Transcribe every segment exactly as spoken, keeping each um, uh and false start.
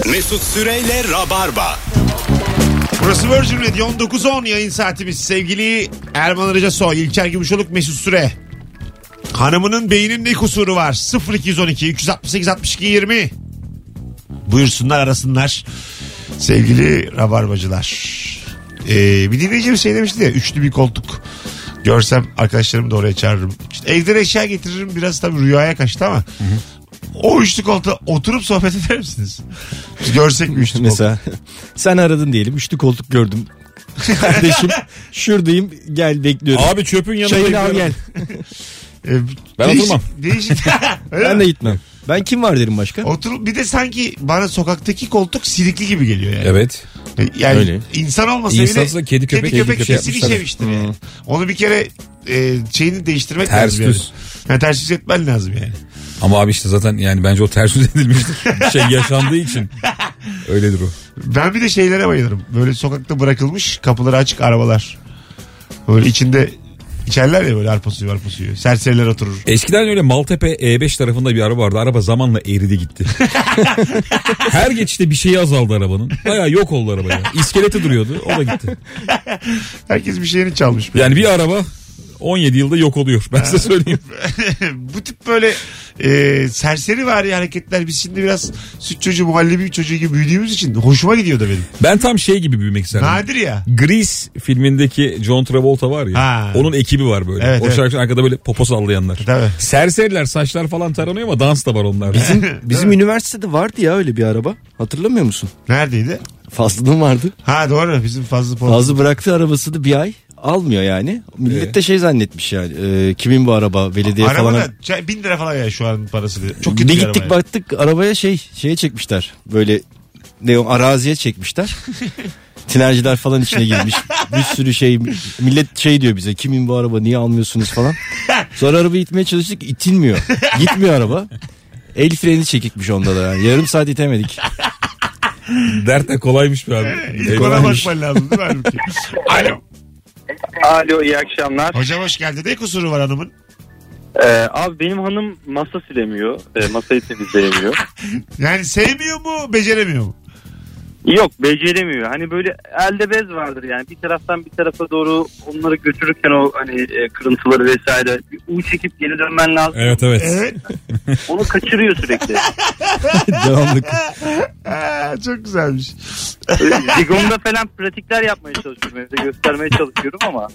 Mesut Süreyle Rabarba. Burası Virgin Radio on dokuz on yayın saatimiz. Sevgili Erman Arıca Soy, İlker Gümüşoluk, Mesut Süre. Hanımının beyninin ne kusuru var? sıfır iki on iki üç altı sekiz altmış iki yirmi. Buyursunlar, arasınlar. Sevgili Rabarbacılar. Ee, bir dinleyicimiz şey demişti ya, üçlü bir koltuk görsem arkadaşlarımı da oraya çağırırım. İşte evden eşya getiririm, biraz tabii rüyaya kaçtı ama. Hı hı. O üçlü koltuğa oturup sohbet eder misiniz? Biz görsek mi üçlü mesela koltuk? Sen aradın diyelim, üçlü koltuk gördüm. Kardeşim şuradayım, gel bekliyorum. Abi çöpün yanına çayını al gel. Ben değişik, oturmam. Değişik. Ben de gitmem. Ben kim var derim başka? Oturup bir de sanki bana sokaktaki koltuk silikli gibi geliyor yani. Evet. Yani öyle. İnsan olmasa İnsansa bile kedi köpek, kedi köpek kedi köpek kesin yapmışlar. işemiştir yani. Onu bir kere e, şeyini değiştirmek ters lazım. düz. Yani. Yani ters düz etmen lazım yani. Ama abi işte zaten yani bence o ters yüz edilmiştir. Bir şey yaşandığı için. Öyledir o. Ben bir de şeylere bayılırım. Böyle sokakta bırakılmış kapıları açık arabalar. Böyle içinde içerler ya, böyle arpa suyu arpa suyu. Serseriler oturur. Eskiden öyle Maltepe E beş tarafında bir araba vardı. Araba zamanla eridi gitti. Her geçişte bir şeyi azaldı arabanın. Bayağı yok oldu araba ya. İskeleti duruyordu, o da gitti. Herkes bir şeyini çalmış. Yani bir araba on yedi yılda yok oluyor. Ben size söyleyeyim. Bu tip böyle e, serseri vari hareketler, biz şimdi biraz süt çocuğu, muhallebi çocuğu gibi büyüdüğümüz için hoşuma gidiyor da benim. Ben tam şey gibi büyümek isterdim. Nadir ya. Grease filmindeki John Travolta var ya. Ha. Onun ekibi var böyle. Evet, o evet. şarkının arkada böyle popo sallayanlar. Tabii. Serseriler, saçlar falan taranıyor ama dans da var onlarda. Bizim, bizim üniversitede vardı ya öyle bir araba. Hatırlamıyor musun? Neredeydi? Fazlı'nın vardı. Ha doğru, bizim Fazlı Polat. Fazlı bıraktı arabasını bir ay. Almıyor yani. Millet de şey zannetmiş yani. E, kimin bu araba? Belediye araba falan. Araba da bin lira falan ya şu an parası. Çok kötü bir bir gittik araba baktık yani. Arabaya şey şeye çekmişler. Böyle ne o, araziye çekmişler. Tinerciler falan içine girmiş. Bir sürü şey, millet şey diyor bize, kimin bu araba, niye almıyorsunuz falan. Sonra arabayı itmeye çalıştık, itilmiyor. Gitmiyor araba. El freni çekikmiş onda da yani. Yarım saat itemedik. Dert de kolaymış be abi. İlkona bakman lazım değil mi? Alo. Alo, iyi akşamlar. Hocam hoş geldin. Ne kusuru var hanımın? Ee, abi benim hanım masa silemiyor. E, masayı temizleyemiyor. Yani sevmiyor mu, beceremiyor mu? Yok, beceremiyor. Hani böyle elde bez vardır yani. Bir taraftan bir tarafa doğru onları götürürken o hani e, kırıntıları vesaire U çekip geri dönmen lazım. Evet evet. Evet. Onu kaçırıyor sürekli. Devamlı. Çok güzelmiş. Zigon'da falan pratikler yapmaya çalışıyorum. Evde göstermeye çalışıyorum ama.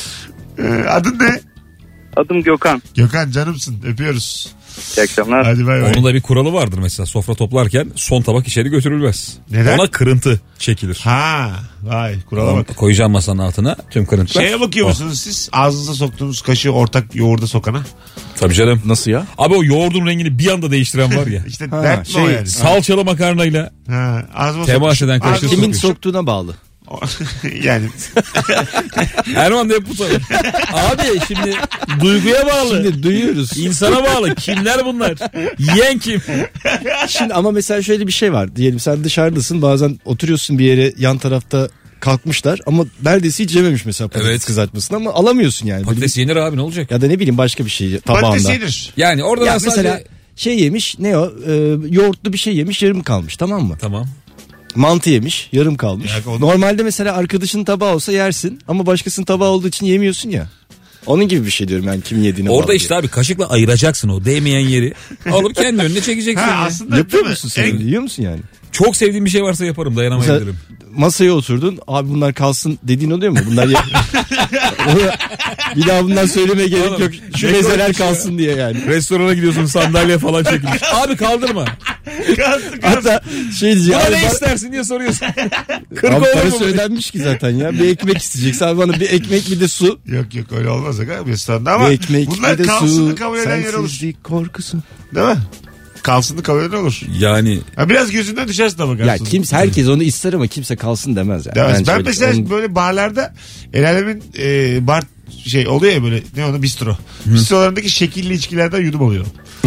Adın ne? Adım Gökhan. Gökhan canımsın. Öpüyoruz. İyi akşamlar. Hadi bay bay. Onun da bir kuralı vardır mesela, sofra toplarken son tabak içeri götürülmez. Neden? Ona kırıntı çekilir. Ha, vay kurala bak. Koyacağım masanın altına tüm kırıntılar. Şeye bakıyor oh. musunuz siz? Ağzınıza soktuğunuz kaşığı ortak yoğurda sokana. Tabii canım. Nasıl ya? Abi o yoğurdun rengini bir anda değiştiren var ya. İşte Ha, dert mi şey, o yani? Salçalı makarnayla Ha, ağzıma temas sokmuş. eden kaşığı Ağzıma Kimin sokmuş. soktuğuna bağlı. Yani. Erman da hep bu soru. Abi şimdi duyguya bağlı. Şimdi duyuyoruz. İnsana bağlı. Kimler bunlar? Yiyen kim? Şimdi ama mesela şöyle bir şey var. Diyelim sen dışarıdasın, bazen oturuyorsun bir yere, yan tarafta kalkmışlar ama neredeyse hiç yememiş mesela patates Evet. kızartmasını ama alamıyorsun yani. Patates yenir abi, ne olacak? Ya da ne bileyim başka bir şey tabağında. Patates yenir. Yani orada Ya da mesela sadece... şey yemiş, ne o, e, yoğurtlu bir şey yemiş, yarım kalmış, tamam mı? Tamam. Mantı yemiş, yarım kalmış. Ya, onu... Normalde mesela arkadaşının tabağı olsa yersin ama başkasının tabağı olduğu için yemiyorsun ya. Onun gibi bir şey diyorum yani, kimin yediğine Orada bağlı işte diye. abi kaşıkla ayıracaksın o değmeyen yeri. Alıp kendi önüne çekeceksin. Ha, ya. aslında Yapıyor değil musun mi? sen? En- Yiyor musun yani? Çok sevdiğim bir şey varsa yaparım, dayanamayabilirim. Masaya oturdun, abi bunlar kalsın dediğin oluyor mu? Bunlar ya... Bir daha bundan söylemeye gerek Oğlum, yok. Şu ne mezeler koymuş ya? kalsın diye yani. Restorana gidiyorsun, sandalye falan çekilmiş. Abi kaldırma. Kalsın, kalsın. Hatta şey diyeceğim. Buna Abi, ne ba- istersin diye soruyorsun. Kırk abi olur mu parası bu? ödenmiş ki zaten ya. Bir ekmek isteyeceksin. Abi bana bir ekmek bir de su. Yok yok öyle olmaz aga restoranda ama Bir ekmek bunlar bir de kalsını su. kabul eden yer olur. Sensizlik korkusu. Değil mi? Kalsını kabul eden olur. Yani Ha, biraz gözünden düşersin ama Ya kalsın. kimse, herkes onu ister ama kimse kalsın demez yani. Demez. Bence Ben öyle. mesela Onun- böyle barlarda el alemin e, bar şey oluyor ya böyle, ne onu, bistro. Bistrolarındaki şekilli içkilerden yudum alıyorum.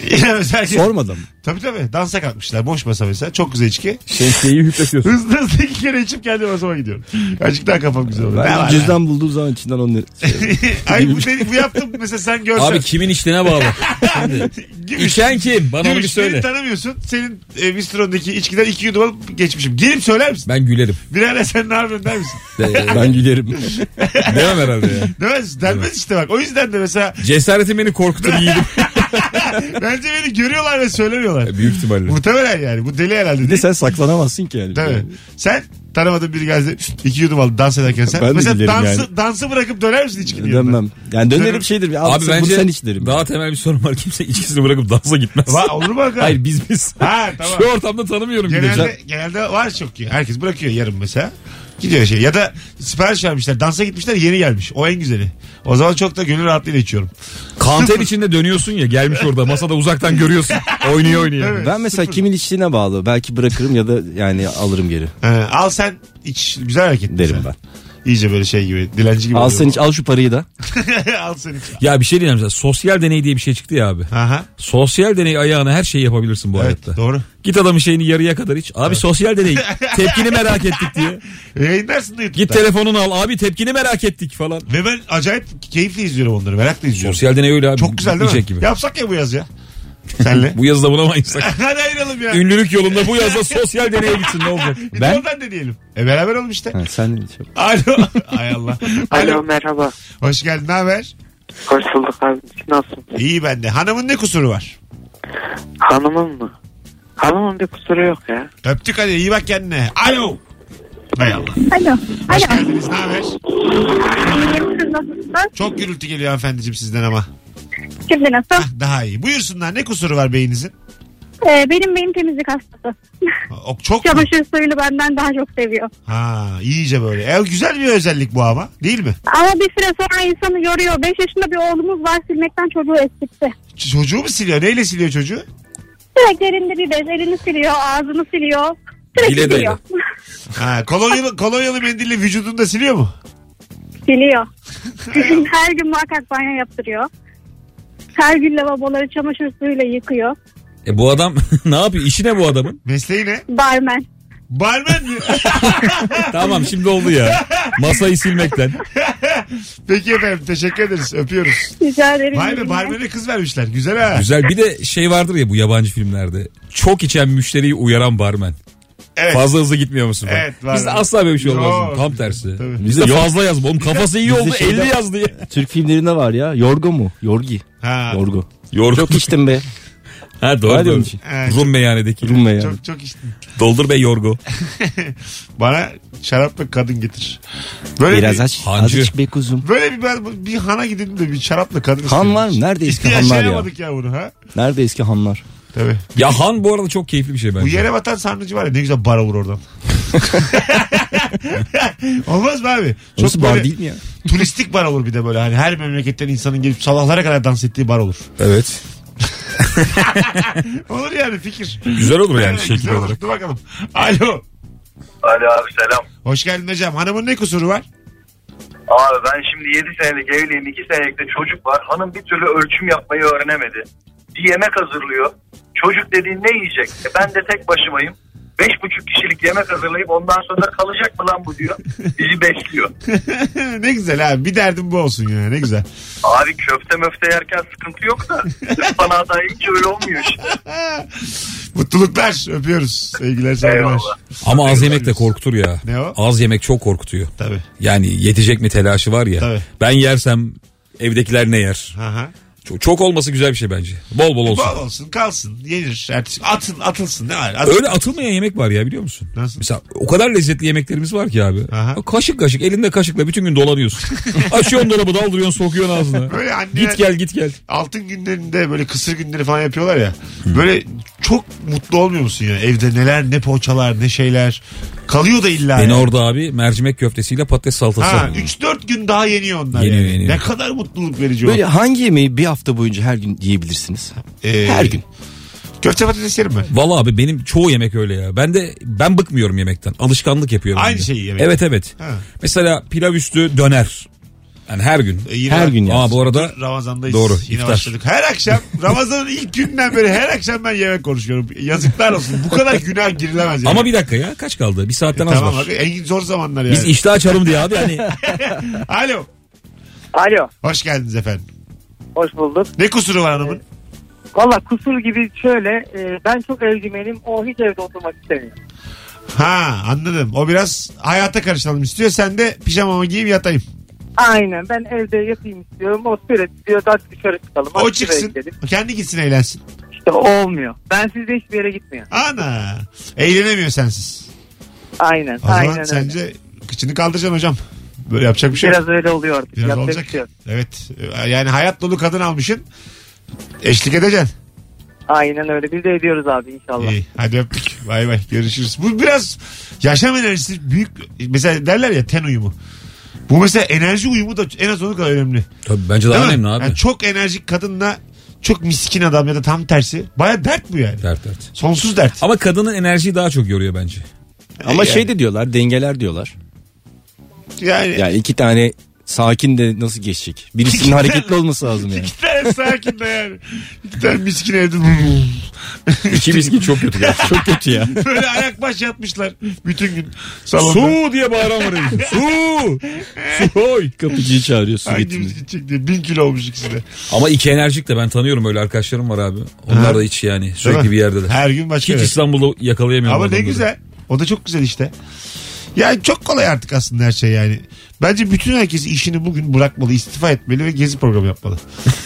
Ya mesela- Sormadım. Tabii tabii. Dansa kalkmışlar. Boş masa mesela. Çok güzel içki. Şemsiyeyi hüpletiyorsun. Hızlı hızlı iki kere içip kendi masama gidiyorum. Azıcık daha kafam güzel olur. Ne Ben var cüzdan bulduğu zaman içinden onu... Ay bu, benim, bu yaptım mesela sen görsen. Abi kimin içtiğine bağlı. Şimdi, Gümüş- içen kim? Bana onu bir Gümüş, söyle. beni tanımıyorsun. Senin e, bistrondaki içkiden iki yudum alıp geçmişim. Gelip söyler misin? Ben gülerim. Birader sen ne yapıyorsun der misin? ben gülerim. Demem herhalde ya. Demez. Denmez işte bak. O yüzden de mesela Cesaretin beni korkutur yiğidim. bence beni görüyorlar ve söylemiyorlar. Büyük ihtimalle. Muhtemelen yani. Bu deli herhalde. Bir de değil. sen saklanamazsın ki yani. Tabii. Sen tanımadığın biri geldi iki yudum aldı dans ederken sen. Ben de mesela giderim dansı, yani. dansı bırakıp döner misin içkinin yanına? Dönmem. Yani dönerim Dönerim. şeydir. Abi, Abi bunu bence sen iç derim. daha temel bir sorun var. Kimse içkisini bırakıp dansa gitmez. Va, olur mu bakalım? Hayır biz biz. Ha tamam. Şu ortamda tanımıyorum bile. Genelde, genelde var çok ki. Herkes bırakıyor yarım mesela. Gidiyor şey. Ya da sipariş vermişler. Dansa gitmişler yeni gelmiş. O en güzeli. O zaman çok da gönül rahatlığıyla içiyorum. Kanter Sıfır. içinde dönüyorsun ya, gelmiş orada masada uzaktan görüyorsun. Oynuyor oynuyor. Evet. Ben mesela Sıfır. kimin içtiğine bağlı. Belki bırakırım ya da yani alırım geri He, al sen iç. Güzel hareket. derim mesela. ben. İyice böyle şey gibi. Dilenci gibi. Al oluyor. sen iç, al şu parayı da. Al sen iç. Ya bir şey diyeceğim mesela, sosyal deney diye bir şey çıktı ya abi. Aha. Sosyal deney ayağına her şeyi yapabilirsin bu Evet hayatta. doğru. Git adamın şeyini yarıya kadar iç. Abi sosyal deney. Tepkini merak ettik diye. Yayınlarsın da YouTube'da. Git telefonunu al. Abi tepkini merak ettik falan. Ve ben acayip keyifli izliyorum onları. Merakla izliyorum. Sosyal deney öyle abi. Çok güzel değil mi? Bitmeyecek gibi. Yapsak ya bu yaz ya. Senle. Bu yazda buna mı ayırsak? Hadi ayıralım ya. Ünlülük yolunda bu yazda sosyal deneye gitsin, ne olacak? Bir Ben- de oradan deneyelim. E beraber olalım işte. Ha, sen de iç. Alo. Ay Allah. Alo Alo. merhaba. Hoş geldin. Ne haber? Hoş bulduk abi. Nasılsın? İyi bende. Hanımın ne kusuru var? Hanımın mı? Hanımın bir kusuru yok ya. Öptük hadi. İyi bak kendine. Alo. Hay Allah. Alo. Hoş Alo. geldiniz. Ne haber? İyiyim, siz nasılsınız? Çok gürültü geliyor hanımefendiciğim sizden ama. Şimdi nasıl? Hah, daha iyi. Buyursunlar. Ne kusuru var beyninizin? Ee, benim benim temizlik hastası. O, çok mu? Çamaşır suyunu benden daha çok seviyor. Ha, iyice böyle. E, güzel bir özellik bu ama. Değil mi? Ama bir süre sonra insanı yoruyor. beş yaşında bir oğlumuz var, silmekten çocuğu eskitti. Ç- Çocuğu mu siliyor? Neyle siliyor çocuğu? Sürekli elinde bir bez, elini siliyor, ağzını siliyor. Sürekli Dile siliyor. Ha, kolonyalı, kolonyalı mendille vücudunu da siliyor mu? Siliyor. Her gün muhakkak banyo yaptırıyor. Her gün lavaboları çamaşır suyuyla yıkıyor. E bu adam ne yapıyor? İşi ne bu adamın? Mesleği ne? Barmen. Barmen mi? Tamam şimdi oldu ya. Masayı silmekten. Peki efendim teşekkür ederiz. Öpüyoruz. Rica ederim. Vay be barmene kız vermişler. Güzel ha. Güzel. Bir de şey vardır ya bu yabancı filmlerde. Çok içen müşteriyi uyaran barmen. Evet. Fazla hızlı gitmiyor musun? falan. Evet, var. Bizde asla böyle bir şey olmaz. Yok. Tam tersi. Tabii. Bizde fazla yazma. Oğlum kafası iyi bizde oldu şeyde- elli yaz diye. Türk filmlerinde var ya. Yorgo mu? Yorgi. Ha. Yorgo. Yorgun. Çok içtim be. Ha doğru Hadi doğru. onun için. Evet, Rum meyhanedeki. Rum meyhane. Çok çok içtim. Doldur be yorgo. Bana şarapla kadın getir. Böyle Biraz bir, aç. Hancı. Azıcık be kuzum. böyle bir, ben, bir hana gidelim de bir şarapla kadın Han var mı? Nerede eski hanlar ya? Yaşayamadık ya bunu ha. Nerede eski hanlar? Tabii. Ya han bu arada çok keyifli bir şey bence. Bu yere batan sarnıcı var ya ne güzel bar olur oradan. Olmaz mı abi? Çok Orası bar böyle değil mi ya? turistik bar olur bir de böyle. Hani her memleketten insanın gelip sabahlara kadar dans ettiği bar olur. Evet. Olur yani fikir. Güzel olur yani Evet, şekil güzel olur. olarak. Dur bakalım. Alo. Alo abi selam. Hoş geldin hocam. Hanımın ne kusuru var? Abi ben şimdi yedi senelik evliyim. iki senelik de çocuk var. Hanım bir türlü ölçüm yapmayı öğrenemedi. Bir yemek hazırlıyor. Çocuk dediğin ne yiyecek? E ben de tek başımayım. Beş buçuk kişilik yemek hazırlayıp ondan sonra kalacak mı lan bu diyor. Bizi besliyor. Ne güzel abi. Bir derdim bu olsun ya. Ne güzel. Abi köfte möfte yerken sıkıntı yok da. Bana da hiç öyle olmuyor işte. Mutluluklar. Öpüyoruz. Sevgiler saygılar. Eyvallah. Ama az yemek de korkutur ya. Ne o? Az yemek çok korkutuyor. Tabii. Yani yetecek mi telaşı var ya. Tabii. Ben yersem evdekiler ne yer? Aha. Çok, çok olması güzel bir şey bence. Bol bol olsun. Bol olsun kalsın. Yenir. Ertesi, atın, atılsın. Ne var? Atın. Öyle atılmayan yemek var ya, biliyor musun? Nasıl? Mesela o kadar lezzetli yemeklerimiz var ki abi. Aha. Kaşık kaşık elinde kaşıkla bütün gün dolanıyorsun. Açıyorsun dolabı, daldırıyorsun, sokuyorsun ağzına. Böyle anne Git gel git gel. altın günlerinde böyle kısır günleri falan yapıyorlar ya. Böyle çok mutlu olmuyor musun ya? Evde neler ne poğaçalar ne şeyler. Kalıyor da illa. Beni ya. orada abi mercimek köftesiyle patates salatası. Ha, üç dört gün daha yeniyor onlar. Yeniyor, yani. yeniyor. Ne kadar mutluluk verici Böyle o. hangi yemeği bir hafta boyunca her gün yiyebilirsiniz? Ee, Her gün. Köfte patates yerim ben. Vallahi abi benim çoğu yemek öyle ya. Ben de ben bıkmıyorum yemekten. Alışkanlık yapıyorum. Aynı ben de. şeyi yemek. Evet evet. Ha. Mesela pilav üstü döner. Yani her gün. E, yine Her gün Aa bu arada Ramazan'dayız. Doğru, Yine iftar. başladık. Her akşam Ramazan'ın ilk günden beri her akşam ben yemek konuşuyorum. Yazıklar olsun. Bu kadar günah girilemez. Yani. ama bir dakika ya kaç kaldı? Bir saatten az Tamam var. bak en zor zamanlar yani. Biz işte açalım diye abi hani. Alo. Alo. Hoş geldiniz efendim. Hoş bulduk. Ne kusuru var hanımın? Valla kusur gibi şöyle. E, ben çok evcimenim. O hiç evde oturmak istemiyor. Ha anladım. O biraz hayata karışalım istiyor. Sen de pijamamı giyeyim yatayım. Aynen. Ben evde yatayım istiyorum. O sürekli diyor hadi dışarı çıkalım. O hadi çıksın. şuraya gidelim. Kendi gitsin eğlensin. İşte o olmuyor. Ben sizde hiçbir yere gitmiyor. Ana. Eğlenemiyor sensiz. Aynen. O zaman aynen öyle. sence kıçını kaldıracaksın hocam. Böyle yapacak bir şey yok. Biraz öyle oluyor artık. Biraz Yapacak olacak. bir şey yok. Evet. Yani hayat dolu kadın almışsın. Eşlik edeceksin. Aynen öyle. Biz de ediyoruz abi inşallah. İyi. Hadi öptük. Bay bay. Görüşürüz. Bu biraz yaşam enerjisi büyük. Mesela derler ya ten uyumu. Bu mesela enerji uyumu da en az onun kadar önemli. Tabii bence daha Değil mi? önemli abi. Yani çok enerjik kadınla çok miskin adam ya da tam tersi. Baya dert bu yani. Dert dert. Sonsuz dert. Ama kadının enerjiyi daha çok yoruyor bence. Ama Yani- şey de diyorlar, dengeler diyorlar. Yani, Yani iki tane sakin de nasıl geçecek? Birisinin hareketli olması lazım yani. iki tane sakin de yani. İki tane miskin evde. İki miskin çok kötü gerçekten. Çok kötü ya. Böyle ayak baş yatmışlar bütün gün salonda. Su diye bağıran var evde. Su. Su koy. Kapıcıyı çağırıyor su Hangimiz getirmiyor. gidecek diye. Bin kilo olmuş ikisi de. Ama iki enerjik de ben tanıyorum öyle arkadaşlarım var abi. Onlar Ha. da hiç yani Değil sürekli mi? bir yerdeler. Her gün başka. Hiç evet. İstanbul'da yakalayamıyorum. Ama ne adamları. güzel. O da çok güzel işte. Yani çok kolay artık aslında her şey yani. Bence bütün herkes işini bugün bırakmalı, istifa etmeli ve gezi programı yapmalı.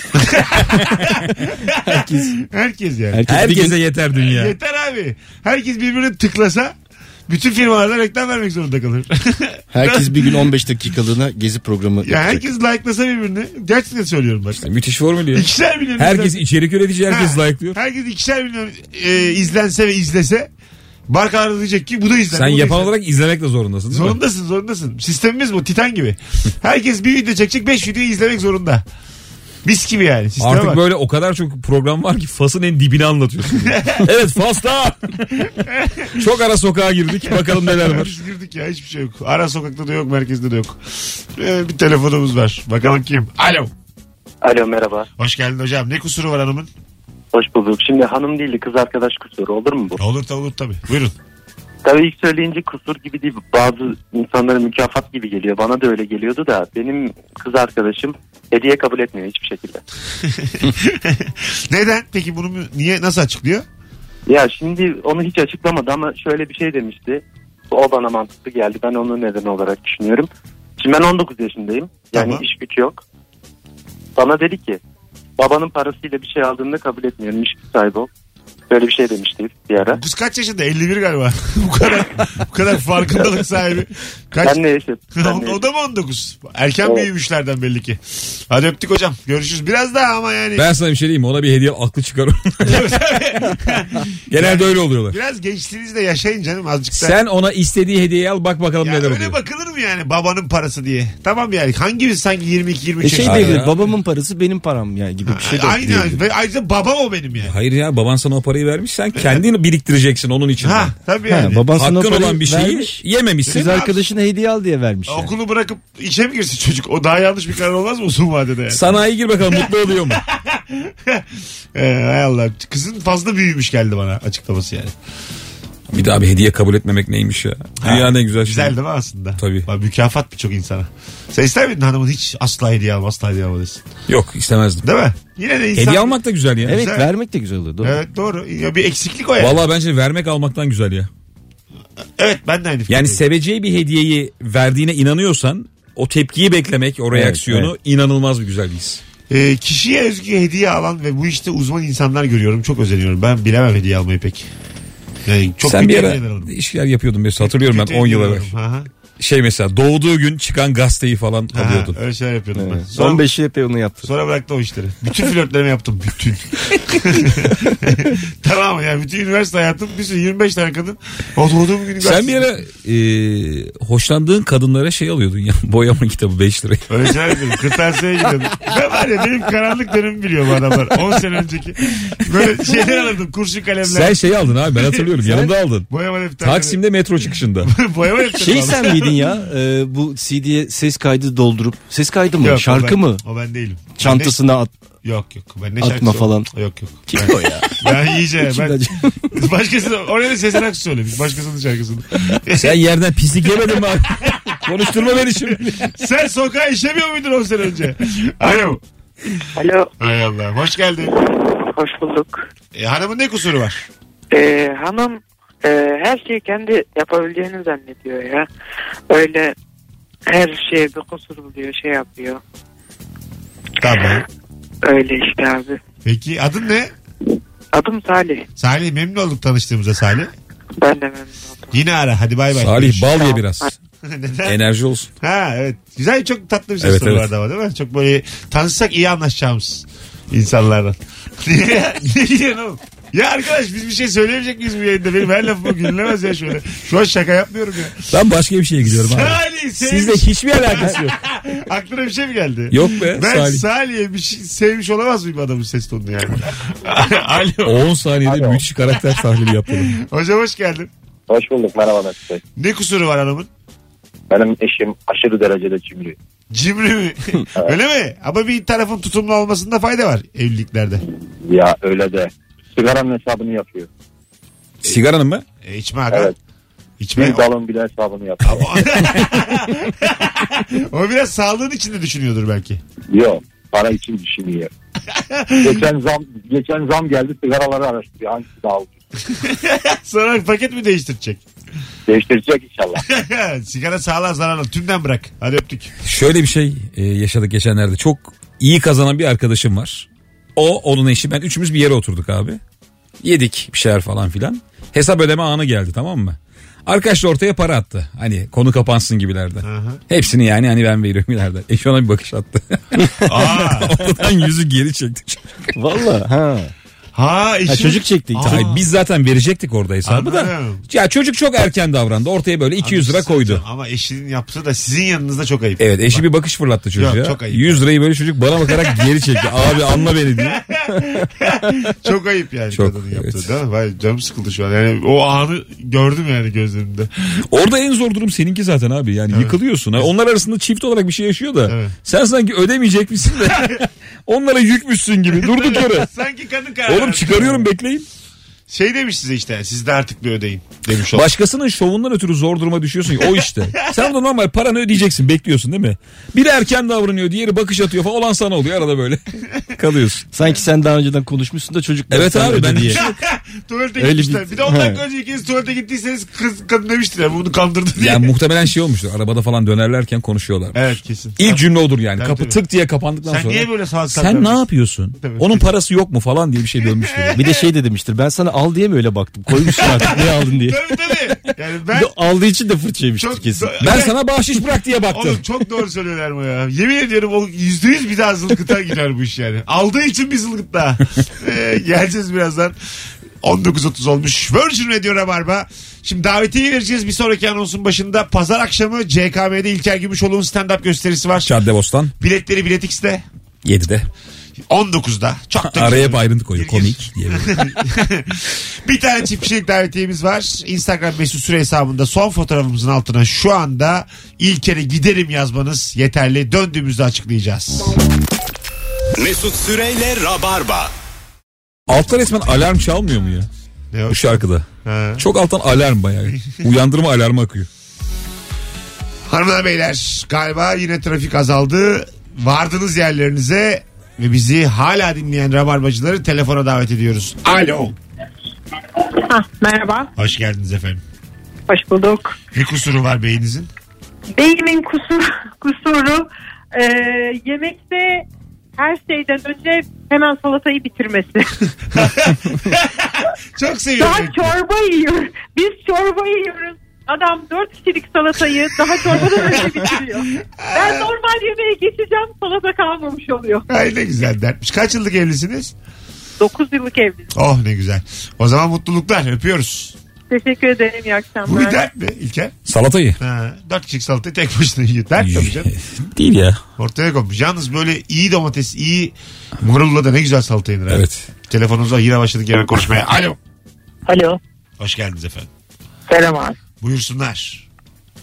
Herkes, Herkes yani. herkes bir Herkese gün yeter dünya. Yeter abi. Herkes birbirine tıklasa bütün firmalardan reklam vermek zorunda kalır. herkes bir gün on beş dakikalığına gezi programı ya yapacak. herkes like'lasa birbirini. Gerçekten söylüyorum bak. Yani müthiş formül ya. İkişer milyon. Herkes izlen- içerik üretici, herkes Ha, like'lıyor. Herkes ikişer milyon e, izlense ve izlese markalar da diyecek ki bu da izlen. Sen bu da yapan izlen. olarak izlemek de zorundasın değil mi? Zorundasın zorundasın. Sistemimiz bu Titan gibi. Herkes bir video çekecek beş videoyu izlemek zorunda. Mis gibi yani. Sisteme Artık bak. böyle o kadar çok program var ki Fas'ın en dibini anlatıyorsun. Evet Fas'ta. Çok ara sokağa girdik. Bakalım neler var. Biz girdik ya hiçbir şey yok. Ara sokakta da yok merkezde de yok. Ee, bir telefonumuz var. Bakalım kim? Alo. Alo merhaba. Hoş geldin hocam. Ne kusuru var hanımın? Hoş bulduk. Şimdi hanım değil de kız arkadaş kusuru olur mu bu? Olur da olur tabii. Buyurun. Tabii ilk söyleyince kusur gibi değil. Bazı insanlara mükafat gibi geliyor. Bana da öyle geliyordu da benim kız arkadaşım hediye kabul etmiyor hiçbir şekilde. Neden? Peki bunu mu- niye nasıl açıklıyor? Ya şimdi onu hiç açıklamadı ama şöyle bir şey demişti. O bana mantıklı geldi. Ben onun nedeni olarak düşünüyorum. Şimdi ben on dokuz yaşındayım. Yani Tamam. iş güç yok. Bana dedi ki babanın parasıyla bir şey aldığında kabul etmiyorum. İş güç sahibi ol. Böyle bir şey demişti bir ara. Kız kaç yaşında? elli bir galiba. bu kadar bu kadar farkındalık sahibi. Kaç? Ben ne yaşadım? Ben ne o, o yaşadım? da mı on dokuz? Erken Evet. büyümüşlerden belli ki. Hadi öptük hocam. Görüşürüz. Biraz daha ama yani. Ben sana bir şey diyeyim mi? Ona bir hediye aklı çıkar. Genelde öyle oluyorlar. Biraz gençliğinizde yaşayın canım azıcık da. Sen ona istediği hediyeyi al bak bakalım Ya neler öyle oluyor. bakılır mı yani babanın parası diye? Tamam yani hangimiz sanki yirmi iki yirmi üç E şey yaşında? diyebilir, ya. babamın parası benim param ya gibi bir şey de Aynen. diyebilir. Ve ayrıca babam o benim yani. Hayır ya baban sana o parayı vermiş sen kendini biriktireceksin onun için. Ha tabii Ha, yani. baban sana Hakkın parayı olan bir şeyi vermiş, yememişsin. kız arkadaşına hediye al diye vermiş. Yani. Okulu bırakıp işe mi girsin çocuk? O daha yanlış bir karar olmaz mı uzun vadede yani? Sanayi gir bakalım mutlu oluyor mu? Ee, hay Allah. Kızın fazla büyümüş geldi bana açıklaması yani. Bir daha bir hediye kabul etmemek neymiş ya? Dünyanın en güzel şeyi. Güzel değil mi aslında? Tabii. Bak, mükafat birçok insana. Sen ister miydin hanımın hiç asla hediye alma asla hediye alma desin? Yok istemezdim. Değil mi? Yine de insan... Hediye almak da güzel ya. Evet Güzel. vermek de güzel oluyor. Doğru. Evet doğru. Ya bir eksiklik o yani. Vallahi bence vermek almaktan güzel ya. Evet ben de aynı Yani fikirdeyim. seveceği bir hediyeyi verdiğine inanıyorsan o tepkiyi beklemek, o reaksiyonu evet. inanılmaz bir güzel bir his. Ee, kişiye özgü hediye alan ve bu işte uzman insanlar görüyorum. Çok özeniyorum. Ben bilemem hediye almayı pek. Yani çok Sen bir kötü ara hediyeler alırım. işler yapıyordun mesela hatırlıyorum Kötü ben on yıl hediyeler evvel. alırım. Aha. Şey mesela doğduğu gün çıkan gazeteyi falan Aha, alıyordun. öyle şeyler yapıyordum ben. Evet. Sonra, on beşi epey onu yaptı. sonra bıraktım o işleri. Bütün flörtlerimi yaptım. Bütün. Tamam mı? Yani bütün üniversite hayatım bir sürü yirmi beş tane kadın. O doğduğum günü Sen bir ara e, hoşlandığın kadınlara şey alıyordun ya boyama kitabı beş liraya. Öyle şeyler yapıyordum. Kırtasiyeye gidiyordum. Ben var ya benim karanlık dönemimi biliyor bu adamlar. on sene önceki. Böyle şeyler alırdım. Kurşun kalemler. Sen şey aldın abi ben hatırlıyorum yanımda aldın. Boyama defterleri. Taksim'de metro çıkışında. Boyama defterleri Şey aldım. sen miydin dedin ya. E, bu C D'ye ses kaydı doldurup. Ses kaydı mı? Yok, Şarkı o ben, mı? O ben değilim. Çantasına at. Yok yok. Ben ne Atma şarkısı falan. O? Yok yok. Kim o ya? Ben iyice. Kim Ben, acaba? başkasını oraya da Sezen Aksu söylemiş. Başkasının şarkısını. Sen yerden pislik yemedin mi abi? Konuşturma beni şimdi. Sen sokağa işemiyor muydun on sene önce? Alo. Alo, Hay Allah. Hoş geldin. hoş bulduk. E, hanımın ne kusuru var? Ee, hanım e, her şeyi kendi yapabileceğini zannediyor ya. Öyle her şeye bir kusur buluyor, şey yapıyor. Tamam. Öyle işte abi. Peki adın ne? Adım Salih. Salih, memnun olduk tanıştığımıza Salih. Ben de memnun oldum. Yine ara, hadi bay bay. Salih bal ye biraz. Neden? Enerji olsun. Ha evet. Güzel, çok tatlı bir ses Evet, tonu evet. vardı ama değil mi? Çok böyle tanışsak iyi anlaşacağımız insanlardan. Niye? Niye gidiyorsun oğlum? Ya arkadaş biz bir şey söyleyemeyecek miyiz bu yayında? Benim her lafıma gülünemez ya şöyle. Şu an şaka yapmıyorum ya. Ben başka bir şeye gidiyorum abi. Salih sevmiş. Sizle hiçbir alakası yok. Aklına bir şey mi geldi? Yok be Ben Salih. Salih'e bir şey sevmiş olamaz mıyım adamın ses tonunu yani? Alo. on saniyede müthiş karakter tahlili yaptım. Hocam hoş geldin. Hoş bulduk, merhaba Mesut Bey. Ne kusuru var hanımın? Benim eşim aşırı derecede cimri. Cimri mi? Öyle mi? Ama bir tarafın tutumlu olmasında fayda var evliliklerde. Ya öyle de sigaranın hesabını yapıyor. Sigaranın mı? E, içme aga. Evet. İçme. Bir dalın bile hesabını yapıyor. O biraz sağlığın içinde düşünüyordur belki. Yok, para için düşünüyor. geçen zam geçen zam geldi, sigaraları araştırıyor. Hangisi daha ucuz? Sonra paket mi değiştirecek? Değiştirecek inşallah. Sigara sağlığa zararlı. Tümden bırak. Hadi öptük. Şöyle bir şey e, yaşadık geçenlerde. Çok iyi kazanan bir arkadaşım var. O, onun eşi, ben üçümüz bir yere oturduk abi. Yedik bir şeyler falan filan. Hesap ödeme anı geldi, tamam mı? Arkadaş da ortaya para attı. Hani konu kapansın gibilerden. Aha. Hepsini yani hani ben veriyorum gibilerden. Eşi ona bir bakış attı. Aa. Oradan yüzü geri çekti. Valla ha. Ha, eşim... ha çocuk çekti. Aa. Hayır, biz zaten verecektik orada hesabı da. Anladım. Ya çocuk çok erken davrandı. Ortaya böyle iki yüz lira koydu. Ama eşinin yaptığı da sizin yanınızda çok ayıp. Evet, eşi bir bakış fırlattı çocuğa. Yok, çok ayıp. yüz lirayı böyle çocuk bana bakarak geri çekti. Abi anla beni diye. Çok ayıp yani Çok, kadının yaptığı evet. değil mi? Vay, canım sıkıldı şu an. Yani o anı gördüm yani gözlerimde. Orada en zor durum seninki zaten abi. Yani Evet. yıkılıyorsun. Ha, onlar arasında çift olarak bir şey yaşıyor da. Evet. Sen sanki ödemeyecek misin de onlara yükmüşsün gibi. Durduk yere. Sanki kadın karar Oğlum vermiş. çıkarıyorum, bekleyin. Şey demiş size işte, siz de artık bir ödeyin demiş o. Başkasının şovundan ötürü zor duruma düşüyorsun ya, o işte. Sen de normal paranı ödeyeceksin, bekliyorsun değil mi? Biri erken davranıyor, diğeri bakış atıyor falan, olan sana oluyor, arada böyle kalıyorsun. Sanki sen daha önceden konuşmuşsun da çocuk. Evet sen abi, öde ben diye. Tuvalete Öyle gitmişler. bir- Bir de on dakika Ha. önce ikiniz tuvalete gittiyseniz kız, kadın demiştir ya bunu kandırdı diye. Yani muhtemelen şey olmuştur, arabada falan dönerlerken konuşuyorlar. Evet kesin. İlk cümle odur yani. Tabii, Kapı tabii. tık diye kapandıktan Sen sonra. niye böyle saat saat Sen ne yapıyorsun? yapıyorsun? Tabii. Onun parası yok mu falan diye bir şey dönmüştür. Bir de şey de demiştir. Ben sana al diye mi öyle baktım? Koymuşsun artık niye aldın diye. Tabii tabii. Yani ben Bir de aldığı için de fırça yemiştir çok... kesin. Ben sana bahşiş bırak diye baktım. Oğlum çok doğru söylüyorlar mı ya? Yemin ediyorum o yüzde yüz bir daha zılgıta gider bu iş yani. Aldığı için bir zılgıt daha. Ee, geleceğiz birazdan. on dokuz otuz olmuş. Virgin Radio Rabarba. Şimdi davetiye vereceğiz bir sonraki anonsun başında. Pazar akşamı C K M'de İlker Gümüşoğlu'nun stand-up gösterisi var. Caddebostan Biletleri Bilet X'te. yedide. on dokuzda. Çok da Araya güzel. hep ayrıntı koyuyor. Komik diye. Bir tane çift kişilik davetiyemiz var. Instagram Mesut Süre hesabında son fotoğrafımızın altına şu anda İlker'e giderim yazmanız yeterli. Döndüğümüzde açıklayacağız. Mesut Süreyle Rabarba. Altta resmen alarm çalmıyor mu ya? Ne o? Bu şarkıda. Ha. Çok alttan alarm bayağı. Uyandırma alarmı akıyor. Hanımlar beyler galiba yine trafik azaldı. Vardınız yerlerinize ve bizi hala dinleyen rabarbacıları telefona davet ediyoruz. Alo. Ah, merhaba. Hoş geldiniz efendim. Hoş bulduk. Ne kusuru var beyninizin? Beynimin kusur, kusuru e, yemekte her şeyden önce hemen salatayı bitirmesi. Çok seviyorum. Daha çorba yiyor. Biz çorba yiyoruz. Adam dört kişilik salatayı daha çorbadan önce bitiriyor. Ben normal yemeğe geçeceğim, salata kalmamış oluyor. Ay ne güzel dertmiş. Kaç yıllık evlisiniz? dokuz yıllık evliyiz. Oh ne güzel. O zaman mutluluklar öpüyoruz. Teşekkür ederim, iyi Bu akşamlar. bir dert mi İlker? Salatayı. Ha, dört kişilik salatayı tek başına yiyor. Dert tabii canım. Değil ya. Ortaya konmuş. Yalnız böyle iyi domates, iyi marulla da ne güzel salata yenir. ha. Evet. Telefonumuza yine başladık hemen konuşmaya. Alo. Alo. Hoş geldiniz efendim. Selam abi. Buyursunlar. Ee,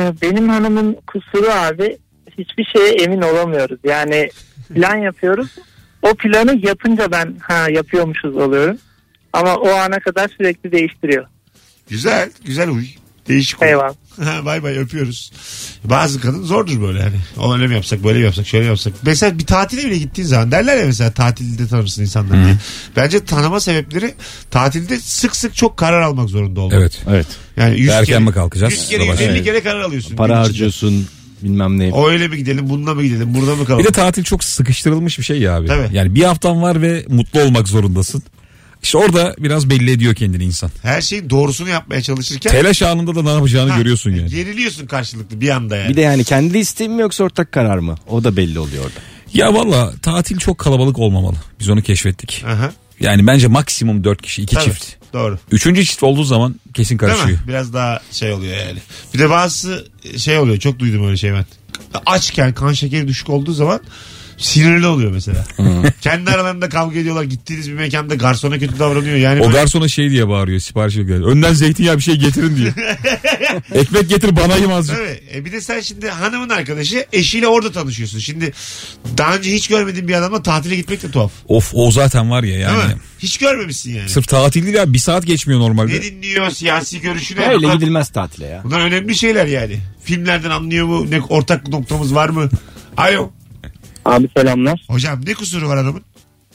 benim hanımın kusuru abi, hiçbir şeye emin olamıyoruz. Yani plan yapıyoruz. O planı yapınca ben ha yapıyormuşuz oluyorum. Ama o ana kadar sürekli değiştiriyor. Güzel. Güzel huy. Değişik huy. Eyvallah. Bay bay öpüyoruz. Bazı kadın zordur böyle hani. O öyle mi yapsak, böyle mi yapsak, şöyle mi yapsak. Mesela bir tatile bile gittiğin zaman derler ya mesela tatilde tanırsın insanları diye. Bence tanıma sebepleri tatilde sık sık çok karar almak zorunda olmak. Evet. Evet. Yani yüz Erken kere, mi kalkacağız? yüz kere, yüz elli kere karar alıyorsun. Para gün içinde. harcıyorsun bilmem ne. O öyle mi gidelim, bununla mı gidelim, burada mı kalalım? Bir de tatil çok sıkıştırılmış bir şey ya abi. Tabii. Yani bir haftan var ve mutlu olmak zorundasın. İşte orada biraz belli ediyor kendini insan. Her şeyin doğrusunu yapmaya çalışırken. Telaş anında da ne yapacağını Ha, görüyorsun yani. Geriliyorsun karşılıklı bir anda yani. Bir de yani kendi isteğin mi yoksa ortak karar mı? O da belli oluyor orada. Ya valla tatil çok kalabalık olmamalı. Biz onu keşfettik. Aha, Yani bence maksimum dört kişi, iki tabii, çift. doğru. Üçüncü çift olduğu zaman kesin Değil karışıyor. mi? Biraz daha şey oluyor yani. Bir de bazısı şey oluyor. Çok duydum öyle şey ben. Açken kan şekeri düşük olduğu zaman sinirli oluyor mesela. Kendi aralarında kavga ediyorlar. Gittiğiniz bir mekanda garsona kötü davranıyor. Yani O böyle- garsona şey diye bağırıyor, sipariş veriyor. Önden zeytinyağı bir şey getirin diye. Ekmek getir bana yiyeyim azıcık. Evet. E bir de sen şimdi hanımın arkadaşı eşiyle orada tanışıyorsun. Şimdi daha önce hiç görmediğin bir adamla tatile gitmek de tuhaf. Of o zaten var ya Değil yani. mi? Hiç görmemişsin yani. Sırf tatil değil ya, bir saat geçmiyor normalde. Ne dinliyor, siyasi görüşü ne? Öyle Bunlar- gidilmez tatile ya. Bunlar önemli şeyler yani. Filmlerden anlıyor mu? Ne ortak noktamız var mı? Alo. Abi selamlar. Hocam ne kusuru var adamın?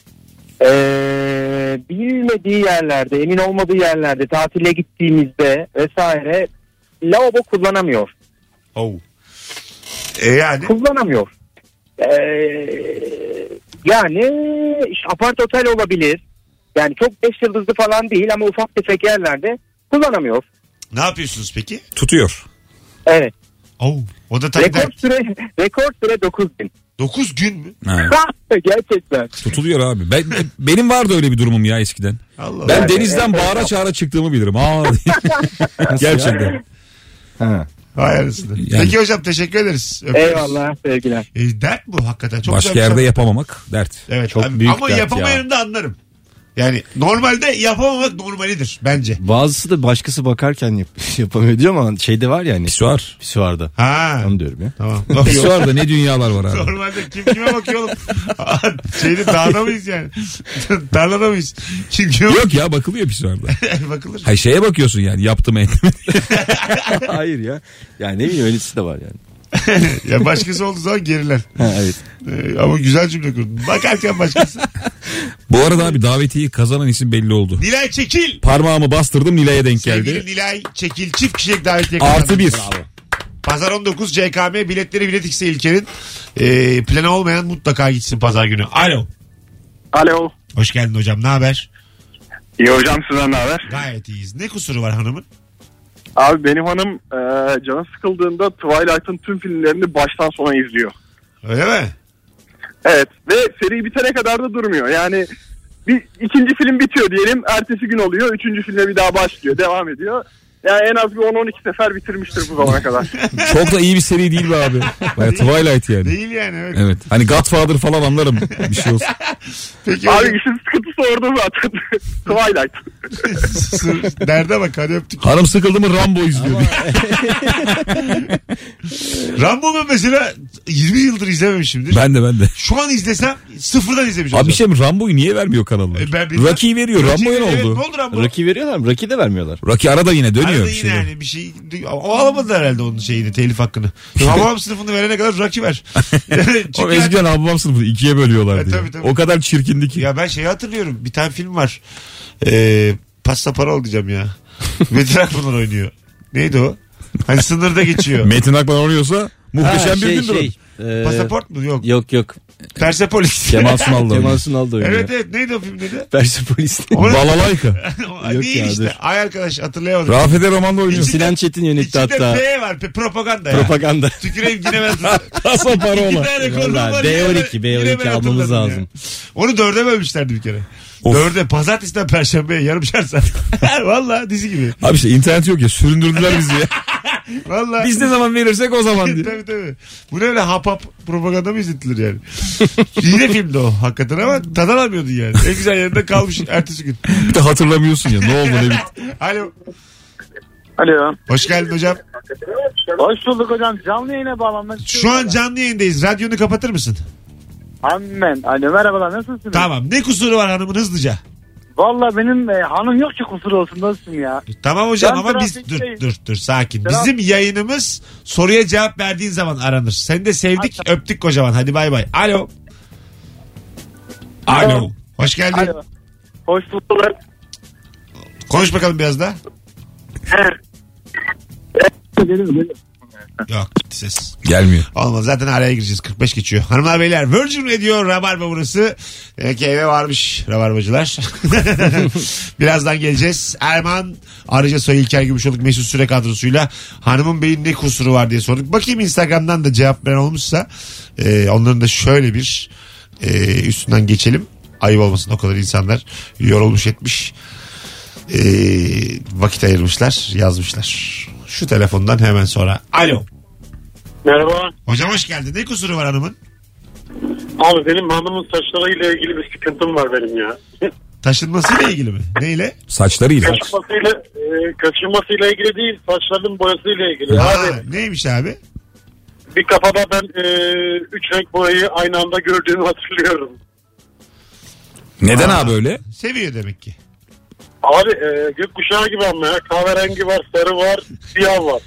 Ee, bilmediği yerlerde, emin olmadığı yerlerde tatile gittiğimizde vesaire lavabo kullanamıyor. Oh. E yani? Kullanamıyor. Ee, yani işte apart otel olabilir. Yani çok beş yıldızlı falan değil ama ufak tefek yerlerde kullanamıyor. Ne yapıyorsunuz peki? Tutuyor. Evet. Oh. O da tabii Rekor dert. süre rekor süre dokuz gün. dokuz gün mü? Ha. Gerçekten. Tutuluyor abi. Ben, benim vardı öyle bir durumum ya eskiden. Allah Ben Allah. denizden bağıra çağıra çıktığımı bilirim. Aa, gerçekten. Ha. Vay arasında. Yani- Peki hocam teşekkür ederiz. Öpüyoruz. Eyvallah, sevgiler. E, dert bu hakikaten. Çok Başka güzel bir yerde şey. yapamamak dert. Evet. Çok Ama- büyük Ama dert yapamayanı da anlarım. Yani normalde yapamamak normalidir bence. Bazısı da başkası bakarken yap yapamıyor diyor ama şeyde var ya hani. Pisuar. Pisuarda. Ha. Onu diyorum ya. Tamam. Pisuarda ne dünyalar var abi. Normalde kim kime bakıyor oğlum? Şeyde dağda mıyız yani? Tarlada mıyız? Kim kime Yok ya, bakılıyor pisuarda. bakılır? Hayır, şeye bakıyorsun yani, yaptım ettim. Hayır ya. Yani ne bileyim öylesi de var yani. Ya başkası olduğu zaman geriler. Ha, evet. Ee, ama güzel cümle kurdun. Bakarken başkası. Bu arada abi davetiyi kazanan isim belli oldu. Nilay Çekil. Parmağımı bastırdım, Nilay'a denk Sevgili geldi. Nilay Çekil çift kişilik davetiye kazandı. Artı bir. Bravo. Pazar on dokuz C K M biletleri Bilet X'e İlker'in e, planı olmayan mutlaka gitsin pazar günü. Alo. Alo. Hoş geldin hocam, ne haber? İyi hocam, sizden ne haber? Gayet iyiyiz. Ne kusuru var hanımın? Abi benim hanım e, canı sıkıldığında Twilight'ın tüm filmlerini baştan sona izliyor. Öyle mi? Evet, ve seri bitene kadar da durmuyor. Yani bir ikinci film bitiyor diyelim, ertesi gün oluyor, üçüncü filme bir daha başlıyor, devam ediyor. Yani en az bir on on iki sefer bitirmiştir bu zamana kadar. Çok da iyi bir seri değil be abi. Baya Twilight yani. Değil yani, evet. Evet. Hani Godfather falan anlarım. Bir şey olsun. Peki Abi hocam, işin sıkıntısı orada zaten. Twilight. sır- nerede bak, hadi öptük. Hanım sıkıldı mı Rambo izliyor. Rambo ben mesela yirmi yıldır izlememişimdir. Ben de ben de. Şu an izlesem sıfırdan izlemiş Abi bir olacağım. şey mi, Rambo'yu niye vermiyor kanallar? E ben bilmem. Rocky'yi veriyor. Rambo'ya ne Evet, oldu? ne oldu Rambo? Rocky veriyorlar mı? Rocky de vermiyorlar. Rocky arada yine dönüyor. Arada bir yine şey. yani bir şey. O alamadı herhalde onun şeyini, telif hakkını. Havam sınıfını verene kadar Rocky ver. Çünkü O eskiden Hababam sınıfını ikiye bölüyorlardı. E, ya. tabii, tabii. O kadar çirkindi ki. ya ben şeyi hatırlıyorum. Bir tane film var. Ee, Pasta para ol diyeceğim ya. Metin Akpınar oynuyor. Neydi o? Hani sınırda geçiyor. Metin Akman oynuyorsa muhteşem Ha, bir şey, gündür o. şey, e, Pasaport mu? Yok. Yok yok. Persepolis. Kemal Sunal da Kemal oynuyor. Sunal da oynuyor. Evet evet, neydi o film dedi? Persepolis. Onu- Balalayka. O Yok değil ya, işte. dur. Ay arkadaş hatırlayamadım. Rafet Roman'da oynuyor. Sinan Çetin yönetti İçinde hatta. P var. P, propaganda ya. Propaganda. Tüküreyim yine ben. Kasa İki parola. tane konum Vallahi var. B yine on ben- iki, B yine on ben iki almamız hatırladım ya. lazım. Onu dörde bölmüşlerdi bir kere. Of. Dörde, pazartesiden perşembeye yarımşar saat. Valla dizi gibi. Abi işte internet yok ya, süründürdüler bizi ya. Valla. Biz ne zaman verirsek o zaman diye. tabii tabii. Bu ne öyle hap hap propaganda mı izlettiler yani? İyi de filmdi o hakikaten ama tad alamıyordun yani. En güzel yerinde kalmış ertesi gün. Bir de hatırlamıyorsun ya, ne oldu ne bitti. Alo. Alo. Hoş geldin hocam. Hoş bulduk hocam. Canlı yayına bağlanmak istiyorum. Şu an canlı yayındayız. Radyonu kapatır mısın? Amen. Alo merhabalar, nasılsınız? Tamam. Ne kusuru var hanımın hızlıca? Valla benim e, hanım yok ki kusur olsun dostum ya. Tamam hocam Ben ama biz dur trafikteyim. dur dur sakin. Trafik- Bizim yayınımız soruya cevap verdiğin zaman aranır. Seni de sevdik, öptük kocaman. Hadi bay bay. Alo. Alo. Alo. Hoş geldin. Alo. Hoş bulduk. Konuş bakalım biraz daha. Yok gitti ses. Gelmiyor. Olmaz zaten araya gireceğiz. kırk beş geçiyor. Hanımlar beyler Virgin Radio Rabarba burası. Demek ki eve varmış Rabarbacılar. Birazdan geleceğiz. Erman Arıca Soy İlker Gümüşoluk Mesut Süre kadrosuyla hanımın beyin ne kusuru var diye sorduk. Bakayım Instagram'dan da cevap veren olmuşsa e, onların da şöyle bir e, üstünden geçelim. Ayıp olmasın, o kadar insanlar yorulmuş etmiş. E, vakit ayırmışlar, yazmışlar. Şu telefondan hemen sonra. Alo. Merhaba. Hocam hoş geldin. Ne kusuru var hanımın? Abi benim hanımın saçlarıyla ilgili bir sıkıntım var benim ya. Taşınmasıyla ilgili mi? Neyle? Saçlarıyla. Kaçırmasıyla, e, kaçırmasıyla ilgili değil, saçlarının boyasıyla ilgili. Ha, Abi neymiş abi? bir kafada ben e, üç renk boyayı aynı anda gördüğümü hatırlıyorum. Neden Aa, abi öyle? Seviyor demek ki. Abi e, gökkuşağı gibi ama ya. Kahverengi var, sarı var, siyah var.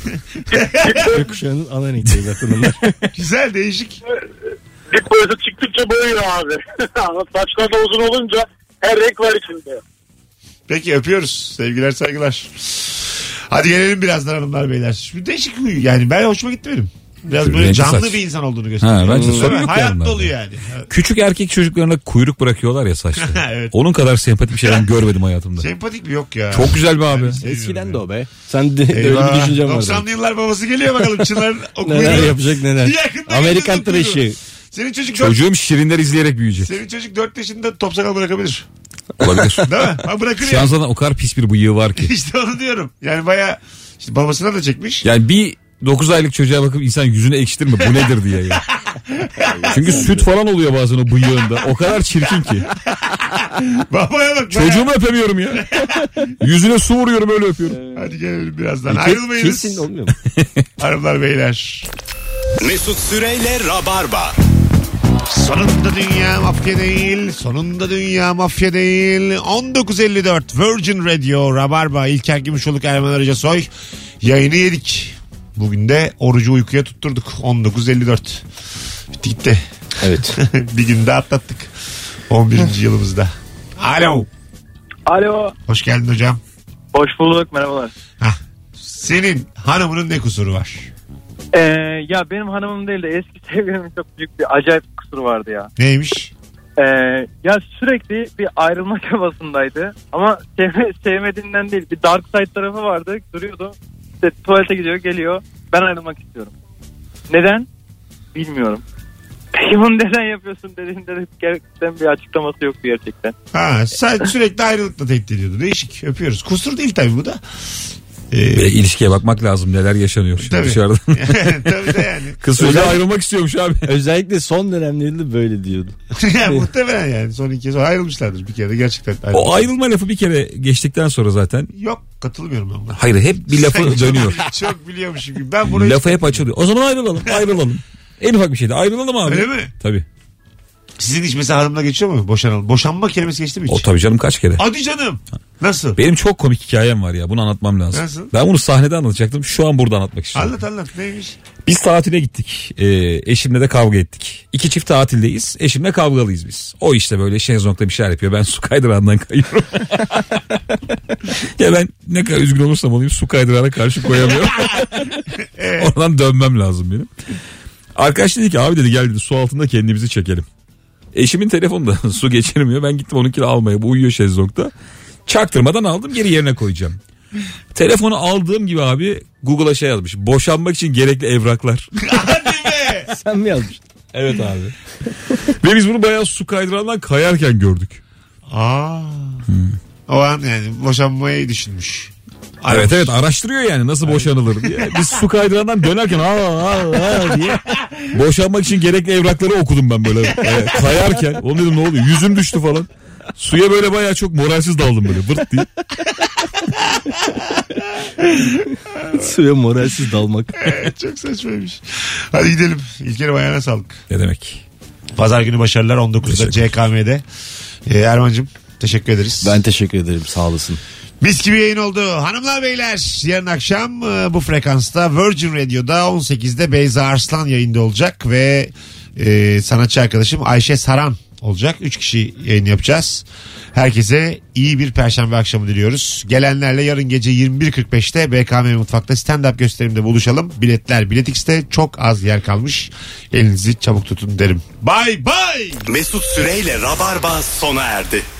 Gökkuşağının ana renkleri zaten onlar. Güzel, değişik. Dip boyası çıktıkça boyuyor abi. Saçlar da uzun olunca her renk var içinde. Peki öpüyoruz. Sevgiler saygılar. Hadi gelelim birazdan hanımlar beyler. Bir değişik huyu yani, ben hoşuma gitti benim. Biraz böyle Renkli canlı saç. bir insan olduğunu gösteriyor. Ha, bence Değil mi? sorun yok Hayat yani dolu bence. yani. Küçük erkek çocuklarına kuyruk bırakıyorlar ya saçları. Evet. Onun kadar sempatik bir şey ben görmedim hayatımda. Sempatik mi yok ya? Çok güzel bir abi. Eskiden de o be. Sen de öyle Eyvah. bir düşüncen var. doksanlı yıllar babası geliyor bakalım Çınar'ın o kuyruğu. Neler yapacak neler. Yakında Amerikan yakında kuyruğu. tıraşı. Senin çocuk dört, Çocuğum şirinler izleyerek büyüyecek. senin çocuk dört yaşında top sakal bırakabilir. Olabilir. Değil mi? Ha, bırakır Şu an ya. zaten o kadar pis bir bıyığı var ki. İşte onu diyorum. Yani baya işte babasına da çekmiş. Yani bir dokuz aylık çocuğa bakıp insan yüzünü ekşitir mi? Bu nedir diye ya. Çünkü süt falan oluyor bazen o bıyığında. O kadar çirkin ki. Babaya bak. baya- Çocuğumu öpemiyorum ya. Yüzüne su vuruyorum öyle öpüyorum. Hadi gelelim birazdan. Ayrılmayınız. Kesin olmuyor mu? Hanımlar beyler. Mesut Süreyle Rabarba. Sonunda dünya mafya değil. Sonunda dünya mafya değil. on dokuz elli dört Virgin Radio Rabarba İlker Gümüşoluk Erman Arıca Soy. Yayını yedik. Bugün de orucu uykuya tutturduk. on dokuz elli dört. Bitti gitti. Evet. Bir gün daha atlattık. on birinci yılımızda. Alo. Alo. Hoş geldin hocam. Hoş bulduk, merhabalar. Hah. Senin hanımının ne kusuru var? Ee, ya benim hanımım değil de eski sevgilimin çok büyük bir acayip bir kusuru vardı ya. Neymiş? Ee, ya sürekli bir ayrılma çabasındaydı. Ama sevme, sevmediğinden değil, bir dark side tarafı vardı, duruyordu. İşte tuvalete gidiyor, geliyor. Ben ayrılmak istiyorum. Neden? Bilmiyorum. Peki bunu neden yapıyorsun dediğinde de gerçekten bir açıklaması yoktu gerçekten. Ha, sen sürekli ayrılıkla tehdit ediyordu. Değişik. Öpüyoruz. Kusur değil tabii bu da. Ee, Ve ilişkiye bakmak lazım neler yaşanıyor şimdi tabii. dışarıda. tabii de yani. Kız çocuğa ayrılmak istiyormuş abi. Özellikle son dönemlerinde böyle diyordu. ya, muhtemelen yani. Son iki kez ayrılmışlardır bir kere de gerçekten. O ayrılma lafı bir kere geçtikten sonra zaten. Yok, katılmıyorum ben buna. Hayır, hep bir lafı Sen dönüyor. Çok, çok biliyormuşum gibi. Ben bunu Lafı hep açılıyor. O zaman ayrılalım ayrılalım. En ufak bir şeyde ayrılalım abi. Öyle mi? Tabii. Sizin hiç mesela hanımla geçiyor mu? Boşanalım. Boşanma kelimesi geçti mi hiç? O tabii canım kaç kere. Hadi canım. Nasıl? Benim çok komik hikayem var ya, bunu anlatmam lazım. Nasıl? Ben bunu sahnede anlatacaktım, şu an burada anlatmak istiyorum. Anlat anlat, neymiş? Biz tatile gittik. Ee, eşimle de kavga ettik. İki çift tatildeyiz. Eşimle kavgalıyız biz. O işte böyle şezlongda bir şeyler yapıyor. Ben su kaydırağından kayıyorum. Ya ben ne kadar üzgün olursam olayım su kaydırağına karşı koyamıyorum. Oradan dönmem lazım benim. Arkadaş dedi ki abi dedi gel dedi su altında kendimizi çekelim. Eşimin telefonunda su geçirmiyor. Ben gittim onunkini almaya. Bu uyuyor şezlongda. Çaktırmadan aldım, geri yerine koyacağım. Telefonu aldığım gibi abi Google'a şey yazmış. Boşanmak için gerekli evraklar. Hadi be. Sen mi yazmıştın? Evet abi. Ve biz bunu bayağı su kaydırağından kayarken gördük. Aa. Hmm. O an yani boşanmayı düşünmüş. Aramış. Evet evet, araştırıyor yani nasıl boşanılır diye. Biz su kaydırağından dönerken aa aa aa diye boşanmak için gerekli evrakları okudum ben böyle e, kayarken. Oğlum dedim ne oluyor? Yüzüm düştü falan. Suya böyle bayağı çok moralsiz daldım böyle vırt diye. Suya moralsiz dalmak. Çok saçmaymış. Hadi gidelim. İlker'im ayağına sağlık. Ne demek? Pazar günü başarılar on dokuzda C K M'de. Ee, Erman'cığım teşekkür ederiz. Ben teşekkür ederim, sağ olasın. Mis gibi yayın oldu. Hanımlar beyler, yarın akşam e, bu frekansta Virgin Radio'da on sekizde Beyza Arslan yayında olacak ve e, sanatçı arkadaşım Ayşe Saran olacak. Üç kişi yayın yapacağız. Herkese iyi bir perşembe akşamı diliyoruz. Gelenlerle yarın gece yirmi bir kırk beşte B K M Mutfak'ta stand-up gösterimde buluşalım. Biletler Bilet X'te, çok az yer kalmış. Elinizi çabuk tutun derim. Bye bye. Mesut Süreyle Rabarba sona erdi.